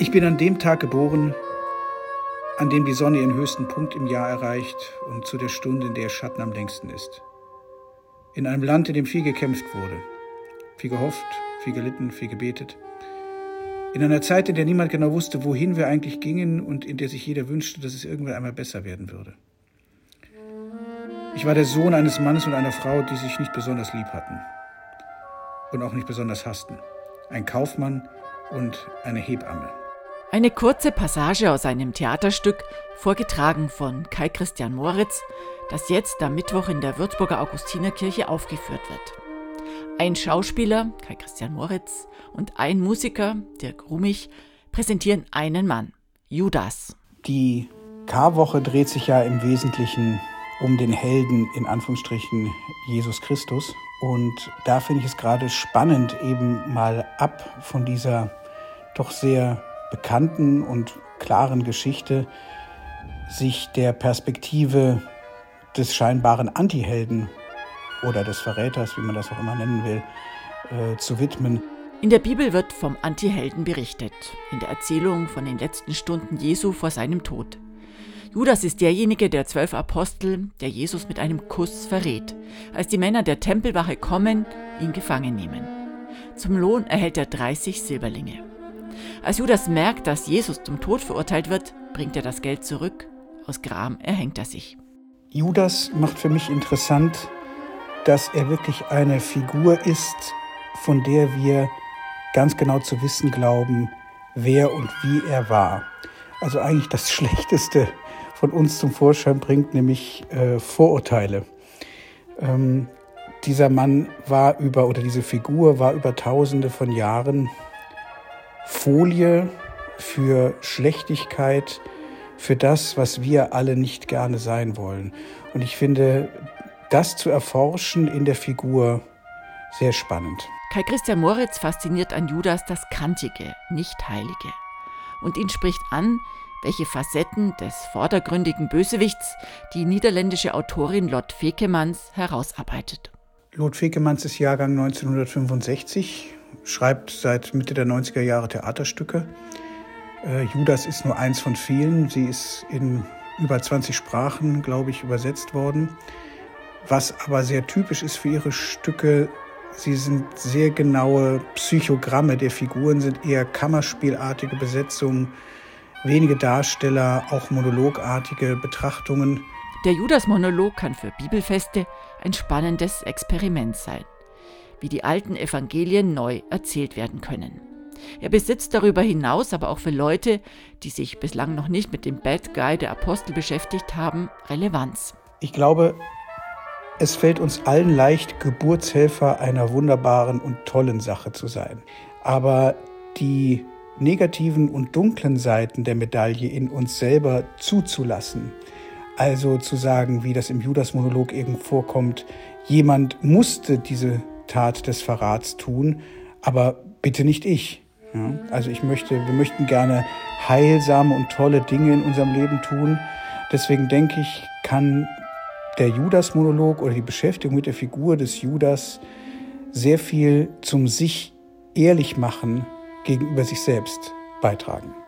Ich bin an dem Tag geboren, an dem die Sonne ihren höchsten Punkt im Jahr erreicht und zu der Stunde, in der Schatten am längsten ist. In einem Land, in dem viel gekämpft wurde, viel gehofft, viel gelitten, viel gebetet. In einer Zeit, in der niemand genau wusste, wohin wir eigentlich gingen und in der sich jeder wünschte, dass es irgendwann einmal besser werden würde. Ich war der Sohn eines Mannes und einer Frau, die sich nicht besonders lieb hatten und auch nicht besonders hassten. Ein Kaufmann und eine Hebamme. Eine kurze Passage aus einem Theaterstück, vorgetragen von Kai Christian Moritz, das jetzt am Mittwoch in der Würzburger Augustinerkirche aufgeführt wird. Ein Schauspieler, Kai Christian Moritz, und ein Musiker, Dirk Rumich, präsentieren einen Mann, Judas. Die Karwoche dreht sich ja im Wesentlichen um den Helden, in Anführungsstrichen, Jesus Christus. Und da finde ich es gerade spannend, eben mal ab von dieser doch sehr bekannten und klaren Geschichte sich der Perspektive des scheinbaren Antihelden oder des Verräters, wie man das auch immer nennen will, zu widmen. In der Bibel wird vom Antihelden berichtet, in der Erzählung von den letzten Stunden Jesu vor seinem Tod. Judas ist derjenige der 12 Apostel, der Jesus mit einem Kuss verrät, als die Männer der Tempelwache kommen, ihn gefangen nehmen. Zum Lohn erhält er 30 Silberlinge. Als Judas merkt, dass Jesus zum Tod verurteilt wird, bringt er das Geld zurück. Aus Gram erhängt er sich. Judas macht für mich interessant, dass er wirklich eine Figur ist, von der wir ganz genau zu wissen glauben, wer und wie er war. Also eigentlich das Schlechteste von uns zum Vorschein bringt, nämlich Vorurteile. Dieser Mann diese Figur war über Tausende von Jahren Folie für Schlechtigkeit, für das, was wir alle nicht gerne sein wollen. Und ich finde, das zu erforschen in der Figur sehr spannend. Kai Christian Moritz fasziniert an Judas das Kantige, nicht Heilige. Und ihn spricht an, welche Facetten des vordergründigen Bösewichts die niederländische Autorin Lot Fekemans herausarbeitet. Lot Fekemans ist Jahrgang 1965, schreibt seit Mitte der 90er Jahre Theaterstücke. Judas ist nur eins von vielen. Sie ist in über 20 Sprachen, glaube ich, übersetzt worden. Was aber sehr typisch ist für ihre Stücke, sie sind sehr genaue Psychogramme der Figuren, sind eher kammerspielartige Besetzungen, wenige Darsteller, auch monologartige Betrachtungen. Der Judas-Monolog kann für Bibelfeste ein spannendes Experiment sein, wie die alten Evangelien neu erzählt werden können. Er besitzt darüber hinaus aber auch für Leute, die sich bislang noch nicht mit dem Bad Guy der Apostel beschäftigt haben, Relevanz. Ich glaube, es fällt uns allen leicht, Geburtshelfer einer wunderbaren und tollen Sache zu sein. Aber die negativen und dunklen Seiten der Medaille in uns selber zuzulassen, also zu sagen, wie das im Judas-Monolog eben vorkommt, jemand musste diese Tat des Verrats tun, aber bitte nicht ich. Ja, also wir möchten gerne heilsame und tolle Dinge in unserem Leben tun. Deswegen denke ich, kann der Judas-Monolog oder die Beschäftigung mit der Figur des Judas sehr viel zum sich ehrlich machen gegenüber sich selbst beitragen.